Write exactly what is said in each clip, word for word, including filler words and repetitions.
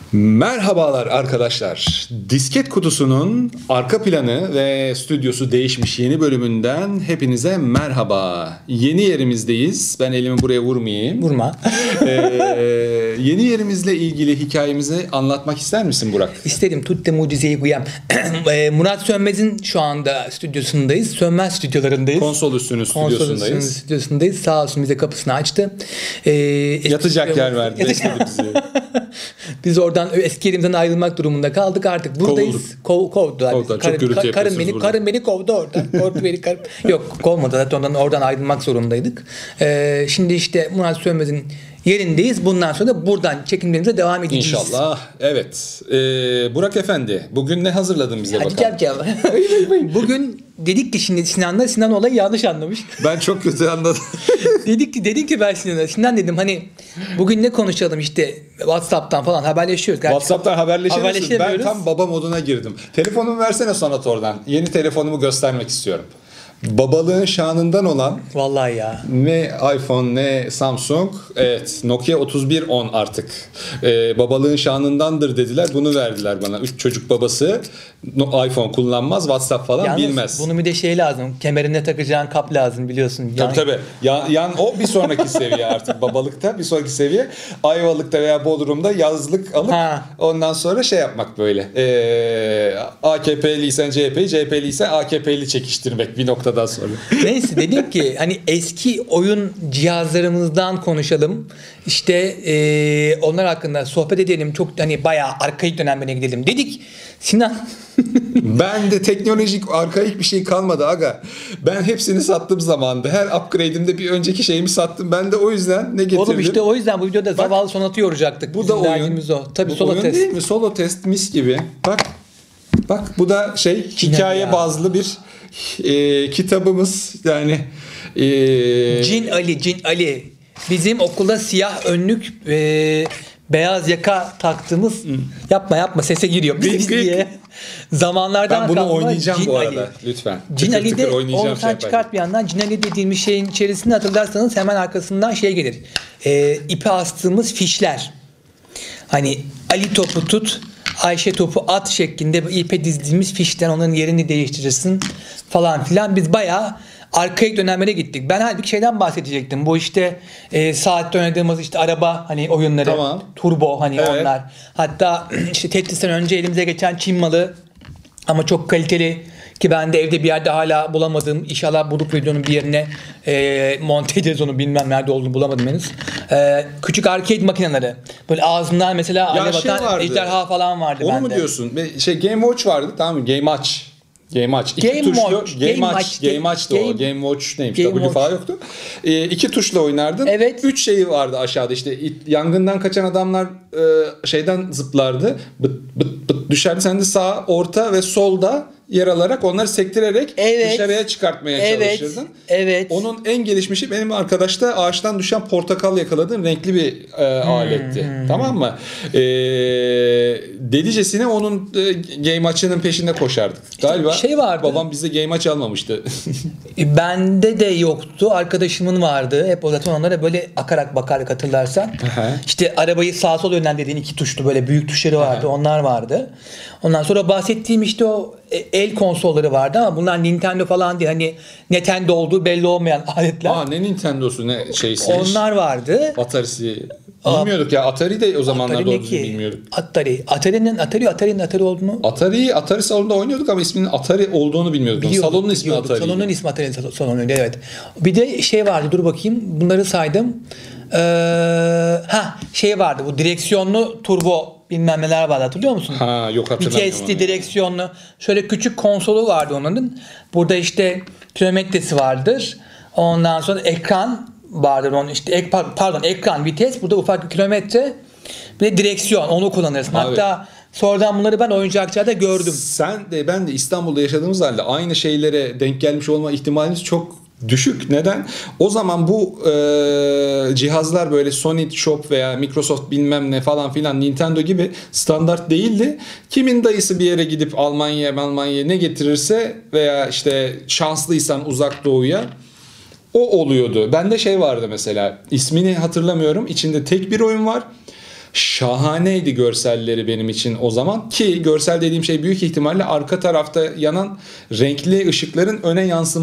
Merhabalar arkadaşlar. Disket Kutusu'nun arka planı ve stüdyosu değişmiş yeni bölümünden hepinize merhaba. Yeni yerimizdeyiz. Ben elimi buraya vurmayayım. Vurma. ee, yeni yerimizle ilgili hikayemizi anlatmak ister misin Burak? İsterim. Tutte mucizeyi kıyam. Murat Sönmez'in şu anda stüdyosundayız. Sönmez stüdyolarındayız. Konsol üstünün stüdyosundayız. Konsol üstünün stüdyosundayız. Sağ olsun bize kapısını açtı. Ee, Yatacak yer verdi. Yatacak. Bizi. Biz oradan eski yerimizden ayrılmak durumunda kaldık. Artık buradayız. Kov, kovdular. Kovdular. Karım, Çok gürültü ka, karım beni, burada. karım beni kovdu oradan. Korktu beni karım. Yok kovmadı. Zaten ondan, oradan ayrılmak zorundaydık. Ee, şimdi işte Murat Sönmez'in yerindeyiz. Bundan sonra da buradan çekimlerimize devam edeceğiz. İnşallah. Evet. Ee, Burak Efendi, bugün ne hazırladın bize Hadi bakalım? gel gel. Bugün dedik ki şimdi Sinan'la Sinan olayı yanlış anlamış. Ben çok kötü anladım. dedik ki dedik ki ben Sinan'a Sinan dedim hani bugün ne konuşalım işte WhatsApp'tan falan haberleşiyoruz. Gerçi WhatsApp'tan haberleşemiyorsun. Ben haberleşemiyoruz. tam baba moduna girdim. Telefonumu versene Sonat oradan. Yeni telefonumu göstermek istiyorum. Babalığın şanından olan Vallahi ya. ne iPhone ne Samsung, evet Nokia otuz bir on artık ee, babalığın şanındandır dediler, bunu verdiler bana. Üç çocuk babası no, iPhone kullanmaz, WhatsApp falan Yalnız bilmez. bunun bir de şey lazım, kemerine takacağın kap lazım biliyorsun. Tabii tabii. Yan, yan, o bir sonraki seviye artık babalıkta, bir sonraki seviye Ayvalık'ta veya Bodrum'da yazlık alıp Ha. ondan sonra şey yapmak böyle ee, A K P'liysen C H P'li, C H P'liysen A K P'li çekiştirmek bir noktadan sonra. Neyse dedim ki hani eski oyun cihazlarımızdan konuşalım. İşte e, onlar hakkında sohbet edelim. Çok hani bayağı arkaik dönemlerine gidelim dedik. Sinan Ben de teknolojik arkaik bir şey kalmadı aga. Ben hepsini sattım zamanında. Her upgrade'imde bir önceki şeyimi sattım. Ben de o yüzden ne getirdim? oğlum işte o yüzden bu videoda zavallı Sonat'ı yoracaktık. Bu Bizim da oyun. derdimiz o. Tabii Bu solo oyun test. değil mi? Solo test mis gibi. Bak. Bak bu da şey hikaye ya. bazlı bir e, kitabımız. Yani e, Cin Ali, Cin Ali. Bizim okulda siyah önlük e, beyaz yaka taktığımız yapma yapma sese giriyor Gık biz gık. diye. Zamanlardan ben bunu kalma oynayacağım Cin bu Ali. arada. Lütfen. Cin Tıkır Ali'de tıkır oynayacağım onu şey sen yaparken. çıkart bir yandan. Cin Ali dediğimiz şeyin içerisinde hatırlarsanız hemen arkasından şey gelir. E, ipe astığımız fişler. Hani Ali topu tut, Ayşe topu at şeklinde ipe dizdiğimiz fişten onların yerini değiştirirsin falan filan. Biz bayağı arkaik dönemlere gittik. Ben halbuki şeyden bahsedecektim. Bu işte e, saatte oynadığımız işte araba hani oyunları. Tamam. Turbo hani Evet. onlar. Hatta işte Tetris'ten önce elimize geçen Çin malı ama çok kaliteli ki ben de evde bir yerde hala bulamadım. İnşallah bulup videonun bir yerine e, monte ederiz onu, bilmem nerede olduğunu bulamadım henüz. E, küçük arcade makineleri. Böyle ağzından mesela Ya alev şey atan vardı. ejderha falan vardı Onu bende. mu diyorsun? Be- Şey Game Watch vardı, tamam mı? Game Watch. Game Watch. İki Game tuşlu. Watch, Game, Game Watch. Watch, Game Game- Watch'tı o. Game- Game Watch neymiş? Game W Watch. falan yoktu. Ee, iki tuşla oynardın. Evet. Üç şeyi vardı aşağıda. İşte it- yangından kaçan adamlar e, şeyden zıplardı. Bıt bıt bıt düşerdi. Sen de sağ, orta ve solda yer alarak onları sektirerek Evet. dışarıya çıkartmaya Evet. çalışırdın. Evet. Onun en gelişmişi benim arkadaşta ağaçtan düşen portakal yakaladığım renkli bir e, aletti. Tamam mı? E, delicesine onun e, game açının peşinde koşardık. Galiba şey vardı. babam bize game aç almamıştı. E, Bende de yoktu. Arkadaşımın vardı. Hep o zaten onlara böyle akarak bakardık hatırlarsan. Aha. İşte arabayı sağa sola yönlendirdiğin iki tuşlu böyle büyük tuşları vardı. Aha. Onlar vardı. Ondan sonra bahsettiğim işte o e, el konsolları vardı ama bunlar Nintendo falan değil. Hani Nintendo olduğu belli olmayan aletler. Aa, ne Nintendo'su ne şeysi. Onlar vardı. Atari'si. Bilmiyorduk ya. Atari de o zamanlar Atari doğru ne düzgün ki? bilmiyorduk. Atari. Atari'nin Atari, Atari'nin Atari olduğunu Atari, Atari salonunda oynuyorduk ama isminin Atari olduğunu bilmiyorduk. biliyorduk. Salonun ismi biliyorduk. Atari. Salonun ismi Atari salonuydu, evet. Bir de şey vardı, dur bakayım. Bunları saydım. Ee, ha şey vardı, bu direksiyonlu turbo bilmem neler vardı, hatırlıyor musun? Ha yok hatırlamıyorum. Vitesli, onu. direksiyonlu. Şöyle küçük konsolu vardı onun. Burada işte kilometresi vardır. Ondan sonra ekran vardır onun, işte ek, pardon ekran, vites, burada ufak bir kilometre. Bir de direksiyon, onu kullanırsın. Abi. Hatta sonradan bunları ben oyuncakçıda gördüm. Sen de ben de İstanbul'da yaşadığımız halde aynı şeylere denk gelmiş olma ihtimalimiz çok düşük. Neden? O zaman bu e, cihazlar böyle Sony Shop veya Microsoft bilmem ne falan filan Nintendo gibi standart değildi. Kimin dayısı bir yere gidip Almanya'ya Almanya'ya ne getirirse veya işte şanslıysan uzak doğuya o oluyordu. Bende şey vardı mesela, ismini hatırlamıyorum. İçinde tek bir oyun var. Şahaneydi görselleri benim için o zaman, ki görsel dediğim şey büyük ihtimalle arka tarafta yanan renkli ışıkların öne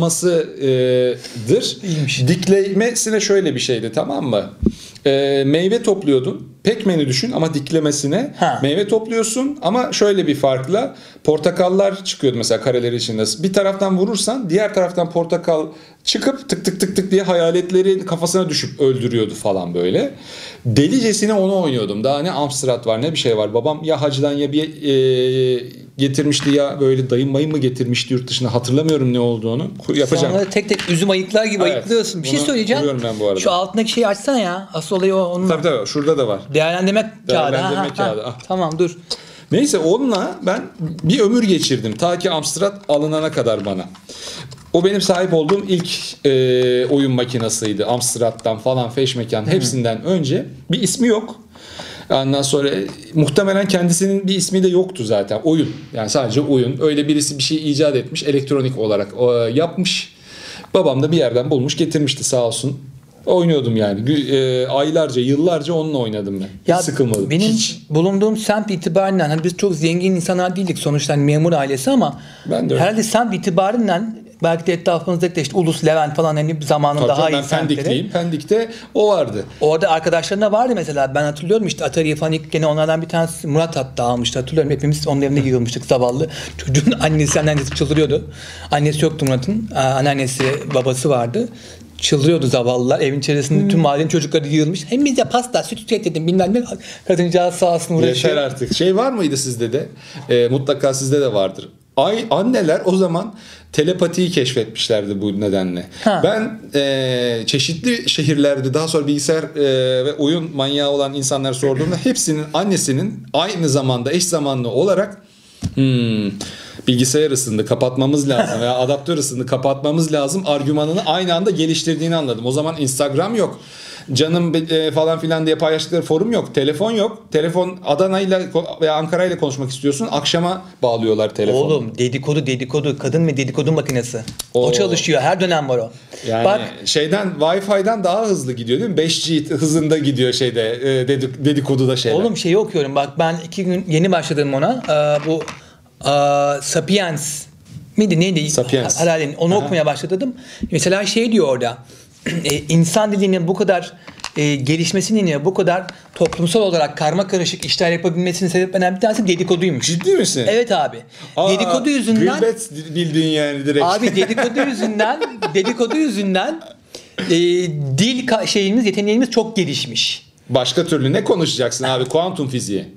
yansımasıdır. İyiymiş. Diklemesine şöyle bir şeydi, tamam mı? Ee, meyve topluyordun. Pac-Man'i düşün ama diklemesine. Ha. Meyve topluyorsun ama şöyle bir farkla, portakallar çıkıyordu mesela kareleri içinde. Bir taraftan vurursan diğer taraftan portakal çıkıp tık tık tık tık diye hayaletlerin kafasına düşüp öldürüyordu falan böyle. Delicesine onu oynuyordum. Daha ne Amstrad var ne bir şey var. Babam ya hacdan ya bir e, getirmişti ya böyle dayım mayım mı getirmişti yurt dışına, hatırlamıyorum ne olduğunu. Yapacağım. Sonra tek tek üzüm ayıklar gibi Evet, ayıklıyorsun. Bir şey bunu söyleyeceğim. kuruyorum ben bu arada. Şu altındaki şeyi açsana ya. Asıl olayı o. Onun Tabii tabii şurada da var. değerlendirme kağıdı. Değerlendirme Ha, ha, kağıdı, ha. ah. Tamam dur. Neyse onunla ben bir ömür geçirdim. Ta ki Amstrad alınana kadar bana. O benim sahip olduğum ilk e, oyun makinasıydı. Amstrad'dan falan, Feşmekan hepsinden önce. Bir ismi yok. Ondan sonra e, muhtemelen kendisinin bir ismi de yoktu zaten. Oyun. Yani sadece oyun. Öyle birisi bir şey icat etmiş. Elektronik olarak e, yapmış. Babam da bir yerden bulmuş getirmişti sağ olsun. Oynuyordum yani. Gü- E, aylarca, yıllarca onunla oynadım ben. Hiç Ya sıkılmadım. benim Hiç. bulunduğum semt itibariyle hani biz çok zengin insanlar değildik sonuçta, hani memur ailesi, ama Ben de öyle. herhalde semt itibariyle belki de etrafımızdaki de işte Ulus, Levent falan hani zamanın Tabii daha canım, iyi ben semtleri. Pendikliyim. Pendik'te o vardı. Orada arkadaşlarına vardı mesela, ben hatırlıyorum işte Atari falan, ilk gene onlardan bir tanesi Murat hatta almıştı, hatırlıyorum, hepimiz onun evine yığılmıştık zavallı. Çocuğun annesi anneannesi çıldırıyordu. Annesi yoktu Murat'ın, anneannesi babası vardı. Çıldırıyordu zavallılar. Evin içerisinde Hmm. tüm mahallenin çocukları yığılmış. Hem biz de pasta, süt tükettim bilmem ne. Kadıncağız sağ olsun uğraşıyor. Yeter artık. Şey var mıydı sizde de? E, mutlaka sizde de vardır. Ay, anneler o zaman telepatiyi keşfetmişlerdi bu nedenle. Ha. Ben e, çeşitli şehirlerde daha sonra bilgisayar e, ve oyun manyağı olan insanlara sorduğumda hepsinin annesinin aynı zamanda eş zamanlı olarak hmm, bilgisayar ısındı kapatmamız lazım veya adaptör ısındı kapatmamız lazım argümanını aynı anda geliştirdiğini anladım. O zaman Instagram yok. Canım e, falan filan diye paylaştıkları forum yok. Telefon yok. Telefon Adana'yla veya Ankara'yla konuşmak istiyorsun. Akşama bağlıyorlar telefonu. Oğlum dedikodu dedikodu. Kadın ve dedikodu makinesi. O, Oo. çalışıyor. Her dönem var o. Yani Bak şeyden Wi-Fi'den daha hızlı gidiyor değil mi? beş G hızında gidiyor şeyde e, dedik, dedikoduda şeyler. oğlum şeyi okuyorum. Bak ben iki gün yeni başladım ona. Ee, bu aa, Sapiens miydi neydi? Sapiens. Herhalde onu Aha. okumaya başladım. Mesela şey diyor orada. E, insan dilinin bu kadar e, gelişmesinin, bu kadar toplumsal olarak karma karışık işler yapabilmesinin sebeplerinden bir tanesi dedikoduymuş. Ciddi misin? Evet abi. Aa, dedikodu yüzünden Gıybet bildiğin yani direkt. abi dedikodu yüzünden dedikodu yüzünden e, dil ka- şeyimiz, yeteneğimiz çok gelişmiş. Başka türlü ne konuşacaksın abi? Kuantum fiziği.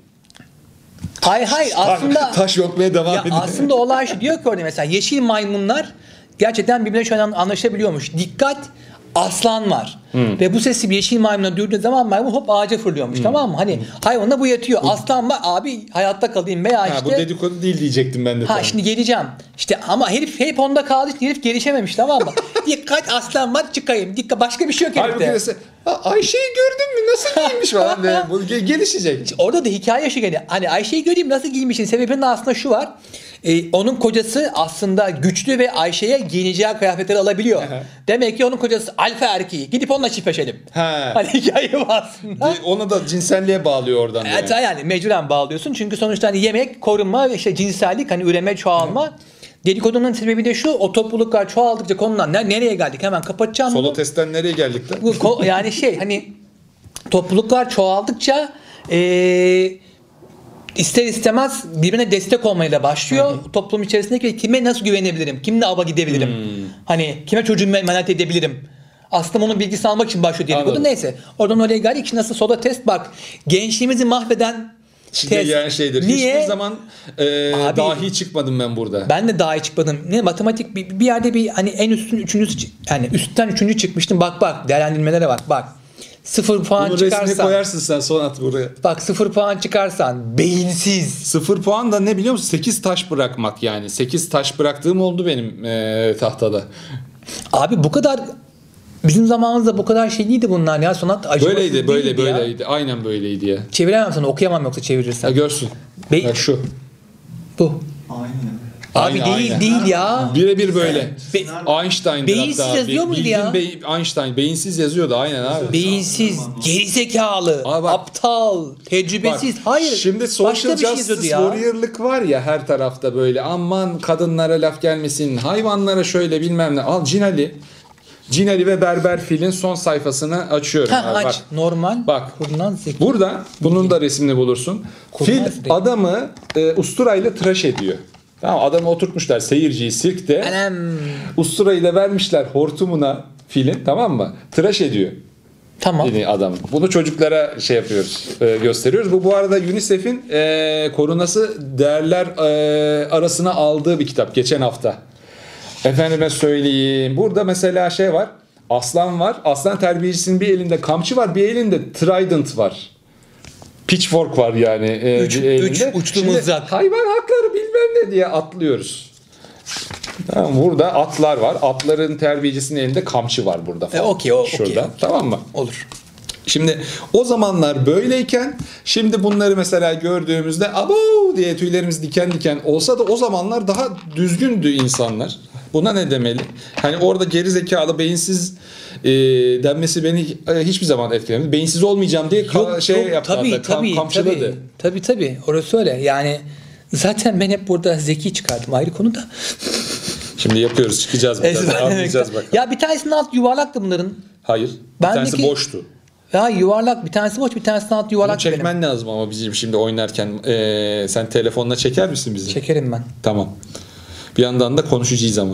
Hay hay aslında Taş yokmaya devam ya ediyor. aslında olay şu, diyor ki orada mesela yeşil maymunlar gerçekten birbirine şöyle anlaşabiliyormuş. Dikkat, aslan var. Hmm. Ve bu sesi bir yeşil maymuna duyduğu zaman maymun hop ağaca fırlıyormuş, Hmm. tamam mı? Hani hayvana bu yatıyor. Aslan var abi, hayatta kalayım veya Ha, işte. bu dedikodu değil diyecektim ben de. Ha tam. şimdi geleceğim. İşte ama herif hep onda kaldı. Herif gelişememiş, tamam mı? Dikkat, aslan var, çıkayım. Dikkat, başka bir şey yok Halbuki herifte. dese, "Ha, Ayşe'yi gördün mü? Nasıl giyinmiş falan diye. Bu ge- gelişecek. Orada da hikaye şu geliyor. Hani Ayşe'yi göreyim nasıl giymişsin. Sebebinin aslında şu var. Ee, onun kocası aslında güçlü ve Ayşe'ye giyineceği kıyafetleri alabiliyor. Aha. Demek ki onun kocası alfa erkeği. Gidip onunla çiftleşelim. Ha. Hani hikaye bu aslında. Onu da cinselliğe bağlıyor oradan. da Evet yani. yani mecburen bağlıyorsun. Çünkü sonuçta hani yemek, korunma ve işte cinsellik, hani üreme, çoğalma. Dedikodunun sebebi de şu: o topluluklar çoğaldıkça konudan ne- nereye geldik? Hemen kapatacağım. bunu. Solo testten nereye geldik de? Bu ko- yani şey hani topluluklar çoğaldıkça eee ister istemez birbirine destek olmaya da başlıyor. Toplum içerisindeki kime nasıl güvenebilirim? Kimle ava gidebilirim? Hani kime çocuğumu emanet edebilirim? Aslında onun bilgisini almak için başlıyor dedikodu. Anladım. Neyse. Oradan oraya geldik. İşte nasıl soda test, bak. Gençliğimizi mahveden Şimdi test. yani şeydir. Niye? Hiçbir zaman e, Abi- dahi çıkmadım ben burada. Ben de daha iyi çıkmadım. Ne matematik bir, bir yerde bir hani en üstün üçüncüsü çı- yani üstten üçüncü çıkmıştım. Bak bak değerlendirmelere bak bak. Sıfır puan Bunun resmini çıkarsan. koyarsın sen son at buraya. Bak sıfır puan çıkarsan beyinsiz. Sıfır puan da ne biliyor musun? sekiz taş bırakmak yani. sekiz taş bıraktığım oldu benim e, tahtada. Abi bu kadar bizim zamanımızda bu kadar şey değildi bunlar ya. Sonat acımasız Böyleydi, böyle değildi ya. böyleydi. Aynen böyleydi ya. Çeviremem sana, okuyamam yoksa çevirirsen. Ha, görsün. Be- Ha, şu. Bu. Aynen. Abi Aynı, değil aynı. değil ya. Birebir böyle. Be- Einstein'dır Beyinsiz hatta. yazıyor muydu Bildiğin ya? Bey- Einstein beyinsiz yazıyordu aynen abi. Beyinsiz, gerizekalı, Abi bak- aptal, tecrübesiz. Bak, Hayır. Şimdi başka social bir şey yazıyordu justice ya. warrior'lık var ya her tarafta böyle. Aman kadınlara laf gelmesin. Hayvanlara şöyle bilmem ne. Al Cinali. Cinali ve Berber Fil'in son sayfasını açıyorum. Ha, abi. aç. Bak. Normal. Bak. Kurnaz zeki. Burada bunun da resmini bulursun. Kurnaz Fil zeki. adamı e, usturayla tıraş ediyor. Tamam, adamı oturtmuşlar seyirciyi sirkte. Anam. Usturayı da vermişler hortumuna filin, tamam mı? Tıraş ediyor. Tamam. Yeni adam. Bunu çocuklara şey yapıyoruz, e, gösteriyoruz. Bu bu arada UNICEF'in e, korunası değerler e, arasına aldığı bir kitap geçen hafta. Efendime söyleyeyim. Burada mesela şey var. Aslan var. Aslan terbiyecisinin bir elinde kamçı var, bir elinde trident var. Pitchfork var yani. E, Üç- bir elinde. üç uçlu Şimdi mızrak. hayvan hakları bilmem ne diye atlıyoruz. Tamam, burada atlar var. Atların terbiyecisinin elinde kamçı var burada falan. E, okey, o- Şurada. okey. Tamam mı? Olur. Şimdi o zamanlar böyleyken şimdi bunları mesela gördüğümüzde abo diye tüylerimiz diken diken olsa da o zamanlar daha düzgündü insanlar. Buna ne demeli? Hani orada geri zekalı, beyinsiz e, denmesi beni e, hiçbir zaman etkilemedi. Beyinsiz olmayacağım diye ka- Yok, şey yok, yaptı. tabii, hatta, kam- tabii, kamçıladı. tabii, tabii, tabii. Orası öyle. Yani zaten ben hep burada zeki çıkardım. Ayrı konu da. Şimdi yapıyoruz, çıkacağız biraz. Anlayacağız bakalım. Ya bir tanesinin alt yuvarlaktı bunların. Hayır. Bir Bendeki- tanesi boştu. Ya yuvarlak. Bir tanesi boş, bir tanesinin alt Bunu yuvarlak benim. çekmen lazım ama bizim şimdi oynarken e, sen telefonla çeker misin bizi? Çekerim ben. Tamam. Bir yandan da konuşacağız ama.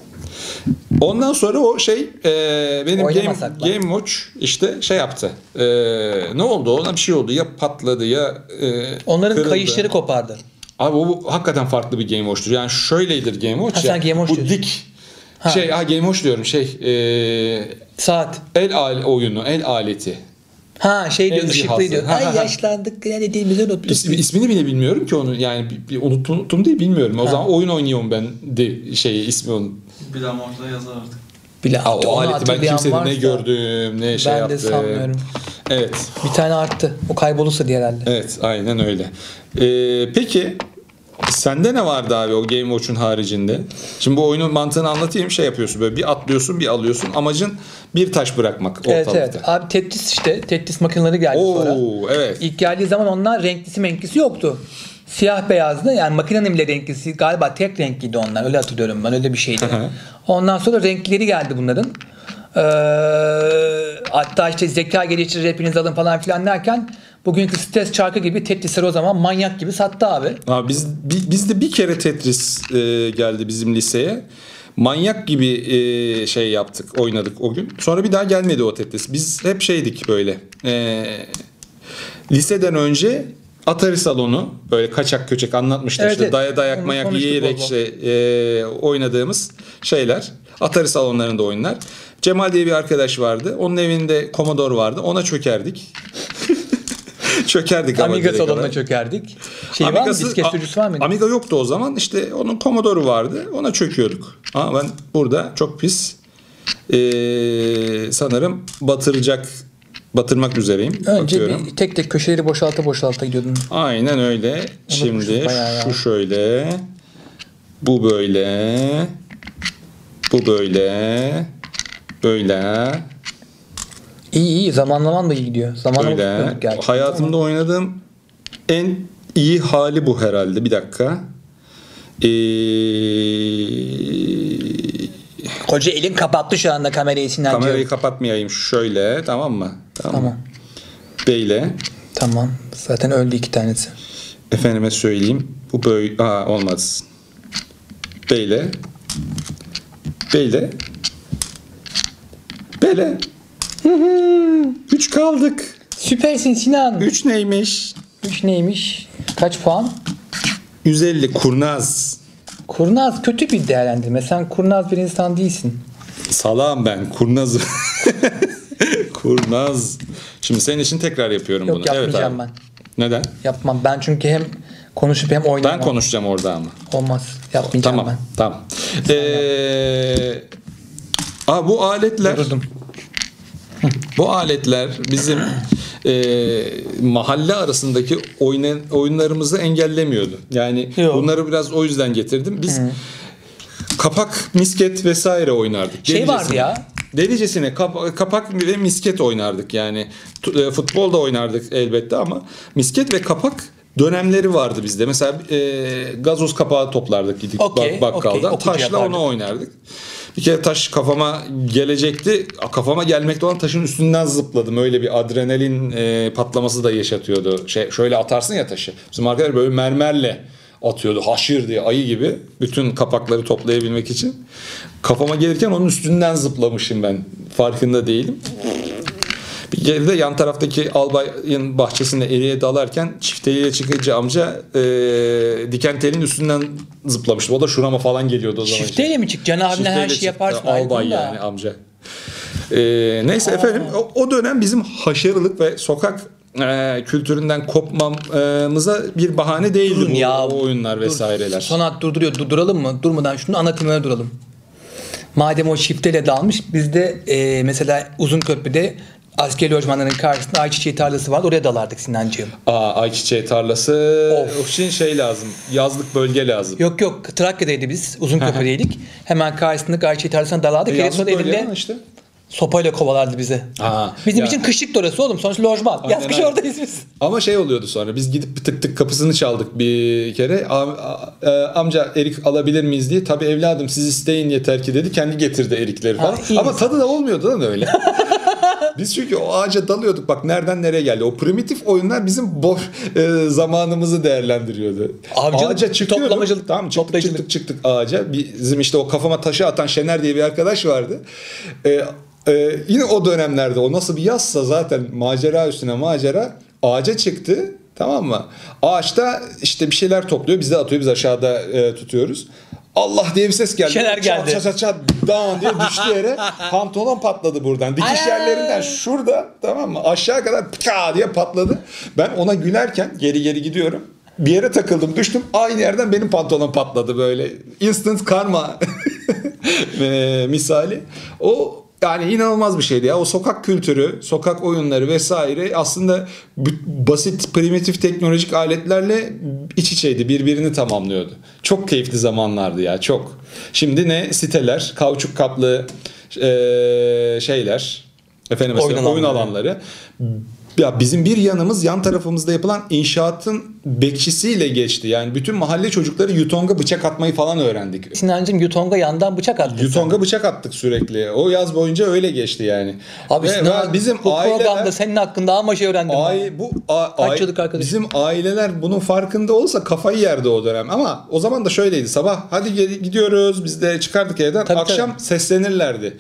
Ondan sonra o şey e, benim Game, Oynamasak Game Watch işte şey yaptı. E, ne oldu? Ona bir şey oldu. Ya patladı ya e, Onların kırıldı. kayışları kopardı. Abi o bu hakikaten farklı bir Game Watch'tur. Yani şöyledir Game Watch Ha, ya. sen Game Watch bu diyorsun. dik. Ha. Şey ha Game Watch diyorum şey e, Saat. el al oyunu, el aleti. Ha şey diyor, El ışıklıydı. cihazı. Ha, ha, Ay ha. yaşlandık ne dediğimizi unuttuk. İsmi, ismini bile bilmiyorum ki onu yani bir, bir unuttum, unuttum değil bilmiyorum. O zaman oyun oynuyorum ben de şey ismi onun. Bilen orada yazar artık. Bile Aa, o onu aleti ben hatırlayan kimsede ne varsa gördüm ne şey ben yaptım. de sanmıyorum. Evet. Bir tane arttı. O kaybolursa diye herhalde. Evet aynen öyle. Ee, peki sende ne vardı abi o Game Watch'un haricinde? Şimdi bu oyunun mantığını anlatayım. Şey yapıyorsun böyle bir atlıyorsun bir alıyorsun. Amacın bir taş bırakmak Evet ortalıkta. evet. Abi Tetris işte. Tetris makineleri geldi sonra. Oo evet. İlk geldiği zaman onlar renklisi menklisi yoktu. Siyah beyazdı. Yani makinenin bile renklisi galiba tek renkliydi onlar. Öyle hatırlıyorum ben. Öyle bir şeydi. Hı hı. Ondan sonra renkleri geldi bunların. Ee, hatta işte zeka geliştirir hepiniz alın falan filan derken bugünkü stres çarkı gibi Tetris'ler o zaman manyak gibi sattı abi. Abi biz bi- bizde bir kere Tetris e, geldi bizim liseye. Manyak gibi e, şey yaptık, oynadık o gün. Sonra bir daha gelmedi o Tetris. Biz hep şeydik böyle. E, liseden önce Atari salonu böyle kaçak köçek anlatmıştım Evet, işte evet. daya dayak Onu mayak konuştuk yiyerek bol bol. işte, e, oynadığımız şeyler. Atari salonlarında oyunlar. Cemal diye bir arkadaş vardı. Onun evinde Commodore vardı. Ona çökerdik. çökerdik ama Amiga direkt salonuna olarak. çökerdik. Şey var mı? Amiga'sı- Disket A- sürücüsü var mıydı? Amiga yoktu o zaman. İşte onun Commodore'u vardı. Ona çöküyorduk. Ama ben burada çok pis ee, sanırım batıracak batırmak üzereyim. Önce Bakıyorum. bir tek tek köşeleri boşalta boşalta gidiyordun. Aynen öyle. Şimdi bayağı ya. şu şöyle. Bu böyle. Bu böyle. Böyle. İyi iyi zamanlaman da iyi gidiyor. Zamanlama Böyle. tutuyorduk gerçekten Hayatımda ama- oynadığım en iyi hali bu herhalde. Bir dakika. Ee, Koca elin kapattı şu anda kamerayı Sinancığım. kamerayı kapatmayayım. Şöyle. Tamam mı? Tamam. Tamam. mı? Beyle. Tamam. Zaten öldü iki tanesi. Efendime söyleyeyim. Bu böyle. Aa, olmaz. Beyle. Beyle. Bele. Üç kaldık. Süpersin Sinan. Üç neymiş? üç neymiş? Kaç puan? yüz elli kurnaz. Kurnaz kötü bir değerlendirme. Sen kurnaz bir insan değilsin. Salağım ben. Kurnazım. Kurnaz. Şimdi senin için tekrar yapıyorum Yok, bunu. yapmayacağım abi. ben. Neden? Yapmam. Ben çünkü hem konuşup hem oynamam. Ben konuşacağım orada ama. Olmaz. Yapmayacağım Tamam. ben. Tamam. Ee, aa, bu aletler Durdum. bu aletler bizim e, mahalle arasındaki oyun, oyunlarımızı engellemiyordu. Yani Yok. bunları biraz o yüzden getirdim. Biz Hı. kapak, misket vesaire oynardık. Şey vardı ya. Delicesine kap, kapak ve misket oynardık. Yani t- futbol da oynardık elbette ama misket ve kapak dönemleri vardı bizde. Mesela e, gazoz kapağı toplardık gidip okay, bak, bakkaldan. Okay, taşla onu oynardık. Bir kere taş kafama gelecekti. Kafama gelmekte olan taşın üstünden zıpladım. Öyle bir adrenalin e, patlaması da yaşatıyordu. Şey, şöyle atarsın ya taşı. Bizim arkadaşlar böyle mermerle atıyordu. Haşır diye ayı gibi. Bütün kapakları toplayabilmek için. Kafama gelirken onun üstünden zıplamışım ben. Farkında değilim. Bir kere de yan taraftaki albayın bahçesinde eriye dalarken çifteliğe çıkınca amca e, diken telin üstünden zıplamıştı. O da şurama falan geliyordu o zaman. Çifteyle mi çık? Can abine her şeyi yaparsın. Albay yani da. Amca. E, neyse Aa. efendim o, o dönem bizim haşarılık ve sokak e, kültüründen kopmamıza bir bahane değildi Durun bu ya, o oyunlar dur, vesaireler. Sonat durduruyor. Duralım mı? Durmadan şunu anlatayım öyle duralım. Madem o çifteyle dalmış biz de e, mesela Uzunköprü'de askeri lojmanların karşısında ayçiçeği tarlası vardı. Oraya dalardık Sinancığım. Aa, ayçiçeği tarlası. Of. O için şey lazım. Yazlık bölge lazım. Yok yok. Trakya'daydı biz. Uzunköprü'deydik. Hemen karşısındaki ayçiçeği tarlasına dalardık. E, yazlık bölge elinde işte. Sopayla kovalardı bizi. Aa, Bizim ya. için kışlık da orası oğlum. Sonuçta lojman. Yaz kış oradayız biz. Ama şey oluyordu sonra. Biz gidip bir tık tık kapısını çaldık bir kere. Am, a, amca erik alabilir miyiz diye. Tabii evladım siz isteyin yeter ki dedi. Kendi getirdi erikleri falan. Ha, ama tadı da olmuyordu lan öyle. Biz çünkü o ağaca dalıyorduk. Bak nereden nereye geldi. O primitif oyunlar bizim boş e, zamanımızı değerlendiriyordu. Avcılık, ağaca çıkıyorduk. Toplamacılık. Tamam çıktık, çıktık çıktık ağaca. Bizim işte o kafama taşı atan Şener diye bir arkadaş vardı. E, e, yine o dönemlerde o nasıl bir yazsa zaten macera üstüne macera ağaca çıktı. Tamam mı? Ağaçta işte bir şeyler topluyor. Bize atıyor. Biz aşağıda e, tutuyoruz. Allah diye bir ses geldi. Şener geldi. Çat çat çat down diye düştü yere. Pantolon patladı buradan. Dikiş yerlerinden şurada tamam mı? Aşağı kadar pıka diye patladı. Ben ona gülerken geri geri gidiyorum. Bir yere takıldım düştüm. Aynı yerden benim pantolon patladı böyle. Instant karma misali. O yani inanılmaz bir şeydi ya. O sokak kültürü, sokak oyunları vesaire aslında basit, primitif teknolojik aletlerle iç içeydi. Birbirini tamamlıyordu. Çok keyifli zamanlardı ya. Çok. Şimdi ne? Siteler, kauçuk kaplı e, şeyler. Efendim mesela oyun, oyun alanları. Ya bizim bir yanımız yan tarafımızda yapılan inşaatın bekçisiyle geçti. Yani bütün mahalle çocukları yutonga bıçak atmayı falan öğrendik. Sinancığım yutonga yandan bıçak attık. Yutonga sen. Bıçak attık sürekli. O yaz boyunca öyle geçti yani. Abi Ve Sinan, bizim bu aileler, programda senin hakkında ama şey öğrendim. Ay, bu a, ay, bizim aileler bunun farkında olsa kafayı yerdi o dönem. Ama o zaman da şöyleydi. Sabah hadi gidiyoruz biz de çıkardık evden. Tabii, akşam tabii. seslenirlerdi.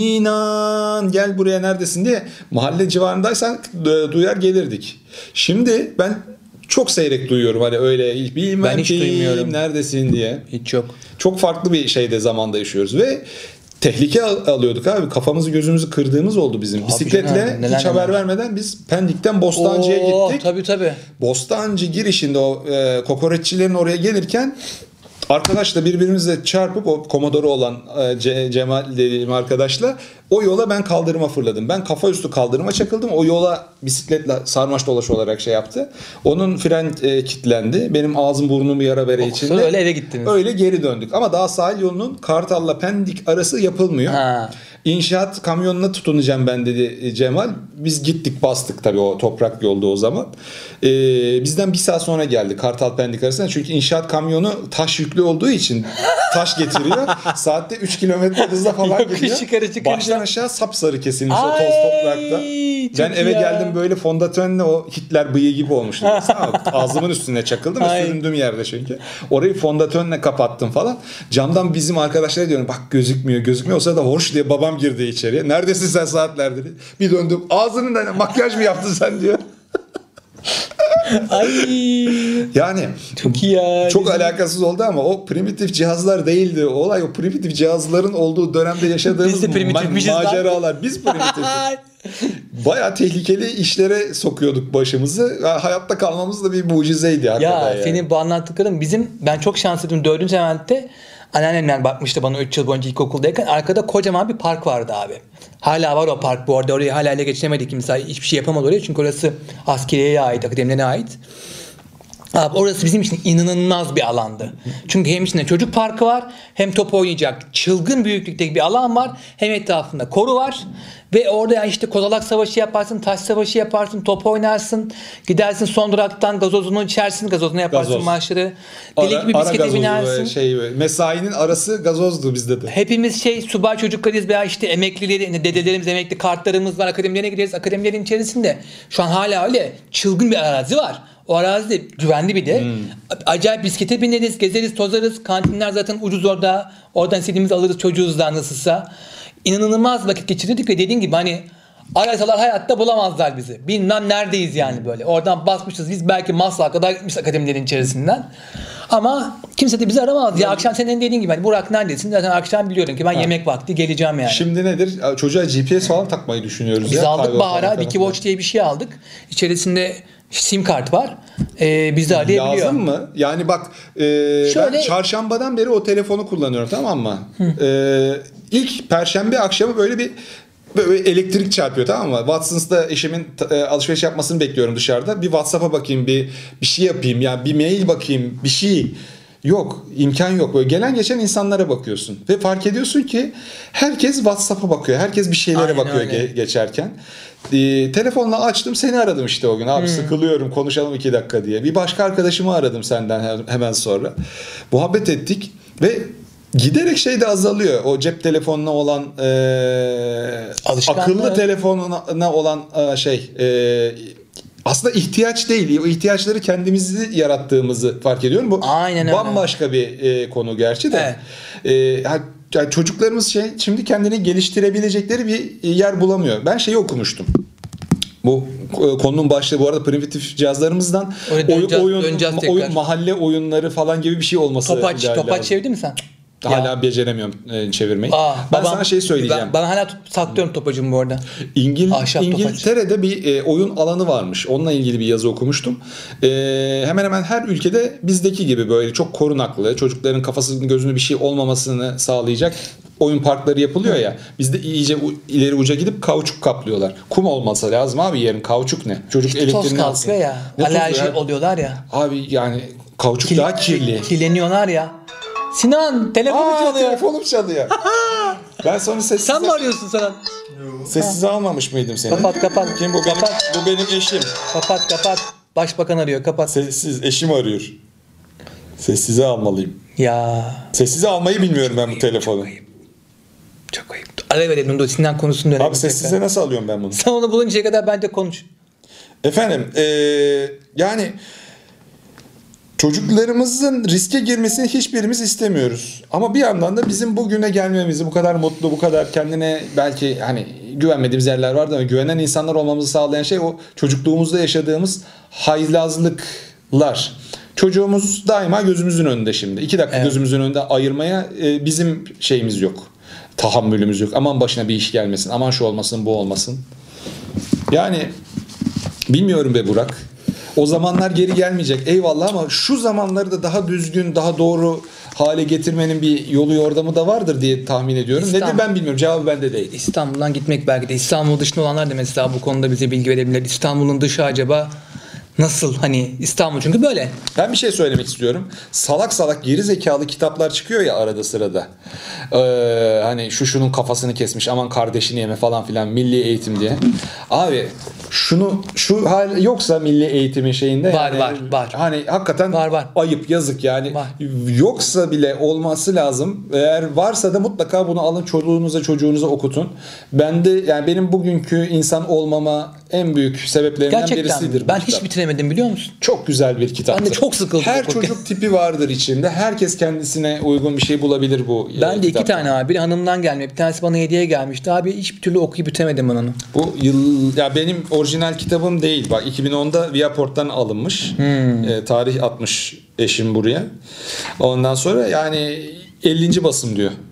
Sinan gel buraya neredesin diye. Mahalle civarındaysan duyar gelirdik. Şimdi ben çok seyrek duyuyorum hani öyle bilmem ben hiç ki duymuyorum. Neredesin diye. Hiç yok. Çok farklı bir şeyde zamanda yaşıyoruz ve tehlike alıyorduk abi. Kafamızı gözümüzü kırdığımız oldu bizim. Abi bisikletle canım, hiç haber neler. vermeden biz Pendik'ten Bostancı'ya Oo, gittik. Tabii tabii. Bostancı girişinde o e, kokoreççilerin oraya gelirken arkadaşla birbirimizle çarpıp o komodoru olan e, Cemal dediğim arkadaşla o yola ben kaldırıma fırladım. Ben kafa üstü kaldırıma çakıldım. O yola bisikletle sarmaş dolaş olarak şey yaptı. Onun fren e, kilitlendi. Benim ağzım burnum yara bere oh, içinde. Öyle eve gittiniz. Öyle geri döndük. Ama daha sahil yolunun Kartal'la Pendik arası yapılmıyor. Ha. İnşaat kamyonuna tutunacağım ben dedi Cemal. Biz gittik bastık tabii o toprak yolda o zaman. Ee, bizden bir saat sonra geldi Kartal Pendik arasında. Çünkü inşaat kamyonu taş yüklü olduğu için taş getiriyor. Saatte üç kilometre hızla falan gidiyor. Çıkarı çıkarı Baştan aşağı sapsarı kesilmiş Ay, o toz toprakta. Ben eve ya. geldim böyle fondötenle o Hitler bıyığı gibi olmuştum. Ağzımın üstüne çakıldım ve süründüğüm yerde çünkü. Orayı fondötenle kapattım falan. Camdan bizim arkadaşlara diyorum bak gözükmüyor gözükmüyor. O sırada hoş diye babam girdi içeriye. Neredesin sen saatlerdir? Bir döndüm ağzının da makyaj mı yaptın sen diyor. Ay. Yani çok iyi ya. Çok bizim... alakasız oldu ama o primitif cihazlar değildi. Olay o primitif cihazların olduğu dönemde yaşadığımız ma- maceralar. Biz primitif. Bayağı tehlikeli işlere sokuyorduk başımızı. Hayatta kalmamız da bir mucizeydi. Ya yani. Senin bu anlattıkların bizim ben çok şanslıydım. Dördüncü Levent'te Anneannemler bakmıştı bana üç yıl boyunca ilkokuldayken. Arkada kocaman bir park vardı abi. Hala var o park bu arada. Orayı hala ele geçiremedik kimse. Hiçbir şey yapamadı oraya. Çünkü orası askeriyeye ait, akademilere ait. Abi orası bizim için inanılmaz bir alandı. Çünkü hem içinde çocuk parkı var, hem top oynayacak çılgın büyüklükteki bir alan var, hem etrafında koru var. Ve orada yani işte kozalak savaşı yaparsın, taş savaşı yaparsın, top oynarsın. Gidersin son duraktan gazozunu içersin, gazozunu yaparsın Gazoz. maçları. Deli Ara, gibi ara bisiklete gazozu binersin. ve şey mesainin arası gazozdu bizde de. Hepimiz şey subay çocuklarıyız veya işte emeklileri, dedelerimiz emekli kartlarımız var. Akademilerine gideriz. Akademilerin içerisinde şu an hala öyle çılgın bir arazi var. O arazi de güvenli bir de. Hmm. Acayip bisiklete bineriz, gezeriz, tozarız. Kantinler zaten ucuz orada. Oradan istediğimizi alırız, çocuğuz da nasılsa. İnanılmaz vakit geçirirdik ve dediğin gibi hani arasalar hayatta bulamazlar bizi. Bilmem neredeyiz yani böyle. Oradan basmışız biz belki Maslak'a kadar gitmişiz akademilerin içerisinden. Ama kimse de bizi aramaz. Ya akşam senin dediğin gibi hani Burak neredesin? Zaten akşam biliyorum ki ben ha. yemek vakti geleceğim yani. Şimdi nedir? Çocuğa G P S falan takmayı düşünüyoruz. Biz ya. aldık Bahar'a Wikiwatch diye bir şey aldık. İçerisinde sim kart var. Ee, bizi arayabiliyor. Lazım mı? Yani bak e, Şöyle... ben çarşambadan beri o telefonu kullanıyorum, tamam mı? Ee, ilk perşembe akşamı böyle bir böyle elektrik çarpıyor, tamam mı? Watson's'ta eşimin e, alışveriş yapmasını bekliyorum dışarıda. Bir WhatsApp'a bakayım, bir bir şey yapayım, yani bir mail bakayım, bir şey. Yok, imkan yok. Böyle gelen geçen insanlara bakıyorsun ve fark ediyorsun ki herkes WhatsApp'a bakıyor. Herkes bir şeylere Aynen bakıyor ge- geçerken. Ee, telefonla açtım, seni aradım işte o gün. Abi hmm. sıkılıyorum, konuşalım iki dakika diye. Bir başka arkadaşımı aradım senden hemen sonra. Muhabbet ettik ve giderek şey de azalıyor. O cep telefonuna olan e, akıllı telefonuna olan e, şey e, aslında ihtiyaç değil. O ihtiyaçları kendimizi yarattığımızı fark ediyorum. Bu Aynen bambaşka öyle. bir e, konu gerçi de. Evet. E, yani çocuklarımız şey şimdi kendini geliştirebilecekleri bir yer bulamıyor. Ben şeyi okumuştum. Bu konunun başlığı bu arada primitif cihazlarımızdan döneceğiz, oyun, döneceğiz oyun mahalle oyunları falan gibi bir şey olması Topaç, topaç çevirdin mi sen? Hala ya. beceremiyorum e, çevirmeyi. Aa, ben babam, sana şey söyleyeceğim. Ben, ben hala saklıyorum topacımı bu arada. İngil, İngiltere'de topaç. bir e, oyun alanı varmış. Onunla ilgili bir yazı okumuştum. E, hemen hemen her ülkede bizdeki gibi böyle çok korunaklı, çocukların kafasının gözünü bir şey olmamasını sağlayacak oyun parkları yapılıyor ya. Bizde iyice ileri uca gidip kauçuk kaplıyorlar. Kum olmasa lazım abi, yerin kauçuk ne? Çocuk işte elektriğini alsın. Toz kalkıyor ya. Ne alerji ya? Oluyorlar ya. Abi yani kauçuk Kil, daha kirli. Kirleniyorlar ya. Sinan telefonum Aa, çalıyor. Telefonum çalıyor. Ben sonra sessiz... Sen mi arıyorsun Sinan? Sessize almamış mıydım seni? Kapat kapat. Kim bu? Kapat. Benim, bu benim eşim. Kapat kapat. Başbakan arıyor, kapat. Sessiz, eşim arıyor. Sessize almalıyım. Ya. Sessize almayı bilmiyorum ben bu telefonu. Çok ayıp. Çok ayıp. Ara verelim de Sinan konusunu dönelim. Abi sessize tekrar. Nasıl alıyorum ben bunu? Sen onu buluncaya kadar bence konuş. Efendim ee, yani çocuklarımızın riske girmesini hiçbirimiz istemiyoruz. Ama bir yandan da bizim bugüne gelmemizi, bu kadar mutlu, bu kadar kendine belki hani güvenmediğimiz yerler vardı ama güvenen insanlar olmamızı sağlayan şey o çocukluğumuzda yaşadığımız haylazlıklar. Çocuğumuz daima gözümüzün önünde şimdi. İki dakika evet. gözümüzün önünde ayırmaya e, bizim şeyimiz yok. Tahammülümüz yok. Aman başına bir iş gelmesin. Aman şu olmasın, bu olmasın. Yani bilmiyorum be Burak. O zamanlar geri gelmeyecek. Eyvallah ama şu zamanları da daha düzgün, daha doğru hale getirmenin bir yolu yordamı da vardır diye tahmin ediyorum. İstanbul. Nedir ben bilmiyorum. Cevabı bende değil. İstanbul'dan gitmek belki de. İstanbul dışında olanlar da mesela bu konuda bize bilgi verebilirler. İstanbul'un dışı acaba nasıl? Hani İstanbul çünkü böyle. Ben bir şey söylemek istiyorum. Salak salak geri zekalı kitaplar çıkıyor ya arada sırada. Ee, hani şu şunun kafasını kesmiş, aman kardeşini yeme falan filan, milli eğitim diye. Abi şunu şu hal yoksa milli eğitimin şeyinde var yani, var var. Hani hakikaten var, var. ayıp, yazık yani. Var. Yoksa bile olması lazım. Eğer varsa da mutlaka bunu alın, çocuğunuza çocuğunuza okutun. Ben de yani benim bugünkü insan olmama en büyük sebeplerinden gerçekten birisidir. Ben hiç bitiremedim biliyor musun? Çok güzel bir kitaptır. Ben de çok sıkıldım. Her çocuk tipi vardır içinde. Herkes kendisine uygun bir şey bulabilir bu. Ben de iki tane abi. Biri hanımdan gelme. Bir tanesi bana hediye gelmişti. Abi hiçbir türlü okuyup bitiremedim ben onu. Bu yıl ya benim orijinal kitabım değil. Bak iki bin onda Viaport'tan alınmış. Hmm. E, tarih atmış eşim buraya. Ondan sonra yani ellinci basım diyor.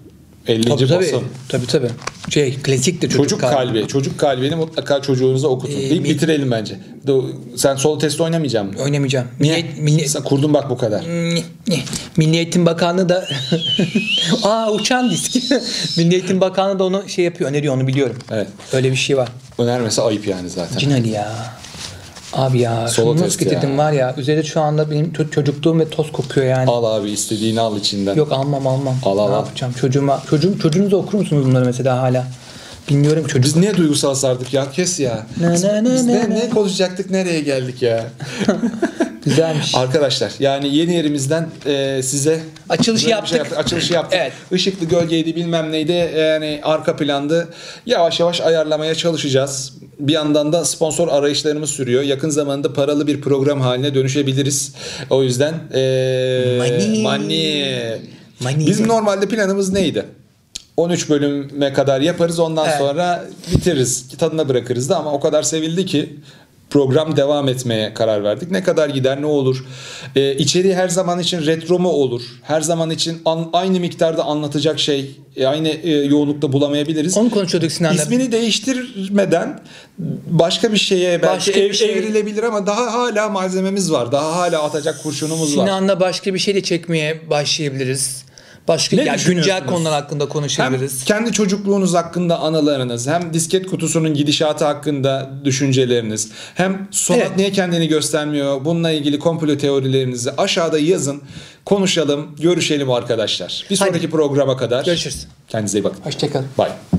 ellinci Tabii tabii. basın. Tabii tabii. Şey klasik de çocuk, Çocuk kalbi. kalbi. Çocuk kalbini mutlaka çocuğunuza okutun. Ee, Deyip mi- bitirelim bence. Do- Sen solo testi oynamayacak mısın? Oynamayacağım. Niye? Milli, milli, Sen kurdun bak bu kadar. Milli Eğitim Bakanlığı da aa uçan disk. Milli Eğitim Bakanlığı da onu şey yapıyor, öneriyor, onu biliyorum. Evet. Öyle bir şey var. Önermesi ayıp yani zaten. Cinali ya. Abi ya. Solo Şunu nasıl test getirdim ya. var ya. Üzerinde şu anda benim ço- çocukluğum ve toz kokuyor yani. Al abi istediğini al içinden. Yok almam almam. Al, al, ne al. yapacağım? Çocuğuma, çocuğum, çocuğunuza okur musunuz bunları mesela hala? Bilmiyorum çocuk. Biz niye duygusal sardık ya? Kes ya. Ne, Biz, ne, ne, biz ne, ne, ne? ne konuşacaktık? Nereye geldik ya? Güzelmiş. Arkadaşlar yani yeni yerimizden e, size Açılışı böyle bir yaptık. şey yaptık. Açılışı yaptık. Evet. Işıklı gölgeydi bilmem neydi yani arka plandı. Yavaş yavaş ayarlamaya çalışacağız. Bir yandan da sponsor arayışlarımız sürüyor. Yakın zamanda paralı bir program haline dönüşebiliriz. O yüzden e, Money. money. Money. Bizim normalde planımız neydi? on üç bölüme kadar yaparız ondan Evet. sonra bitiririz. Tadına bırakırız da ama o kadar sevildi ki program devam etmeye karar verdik. Ne kadar gider ne olur? Ee, içeriği her zaman için retro mu olur? Her zaman için an, aynı miktarda anlatacak şey e, aynı e, yoğunlukta bulamayabiliriz. Onu konuşuyorduk Sinan'la. İsmini değiştirmeden başka bir şeye belki Başka bir ev, şey- evrilebilir ama daha hala malzememiz var. Daha hala atacak kurşunumuz var. Sinan'la başka bir şey de çekmeye başlayabiliriz. Başka Ne yani güncel düşünüyorsunuz? konular hakkında Hem konuşabiliriz. kendi çocukluğunuz hakkında anılarınız, hem disket kutusunun gidişatı hakkında düşünceleriniz, hem Sonat Evet. niye kendini göstermiyor, bununla ilgili komplo teorilerinizi aşağıda yazın, konuşalım, görüşelim arkadaşlar. Bir Hadi. sonraki programa kadar. Görüşürüz. Kendinize iyi bakın. Hoşçakalın. Bye.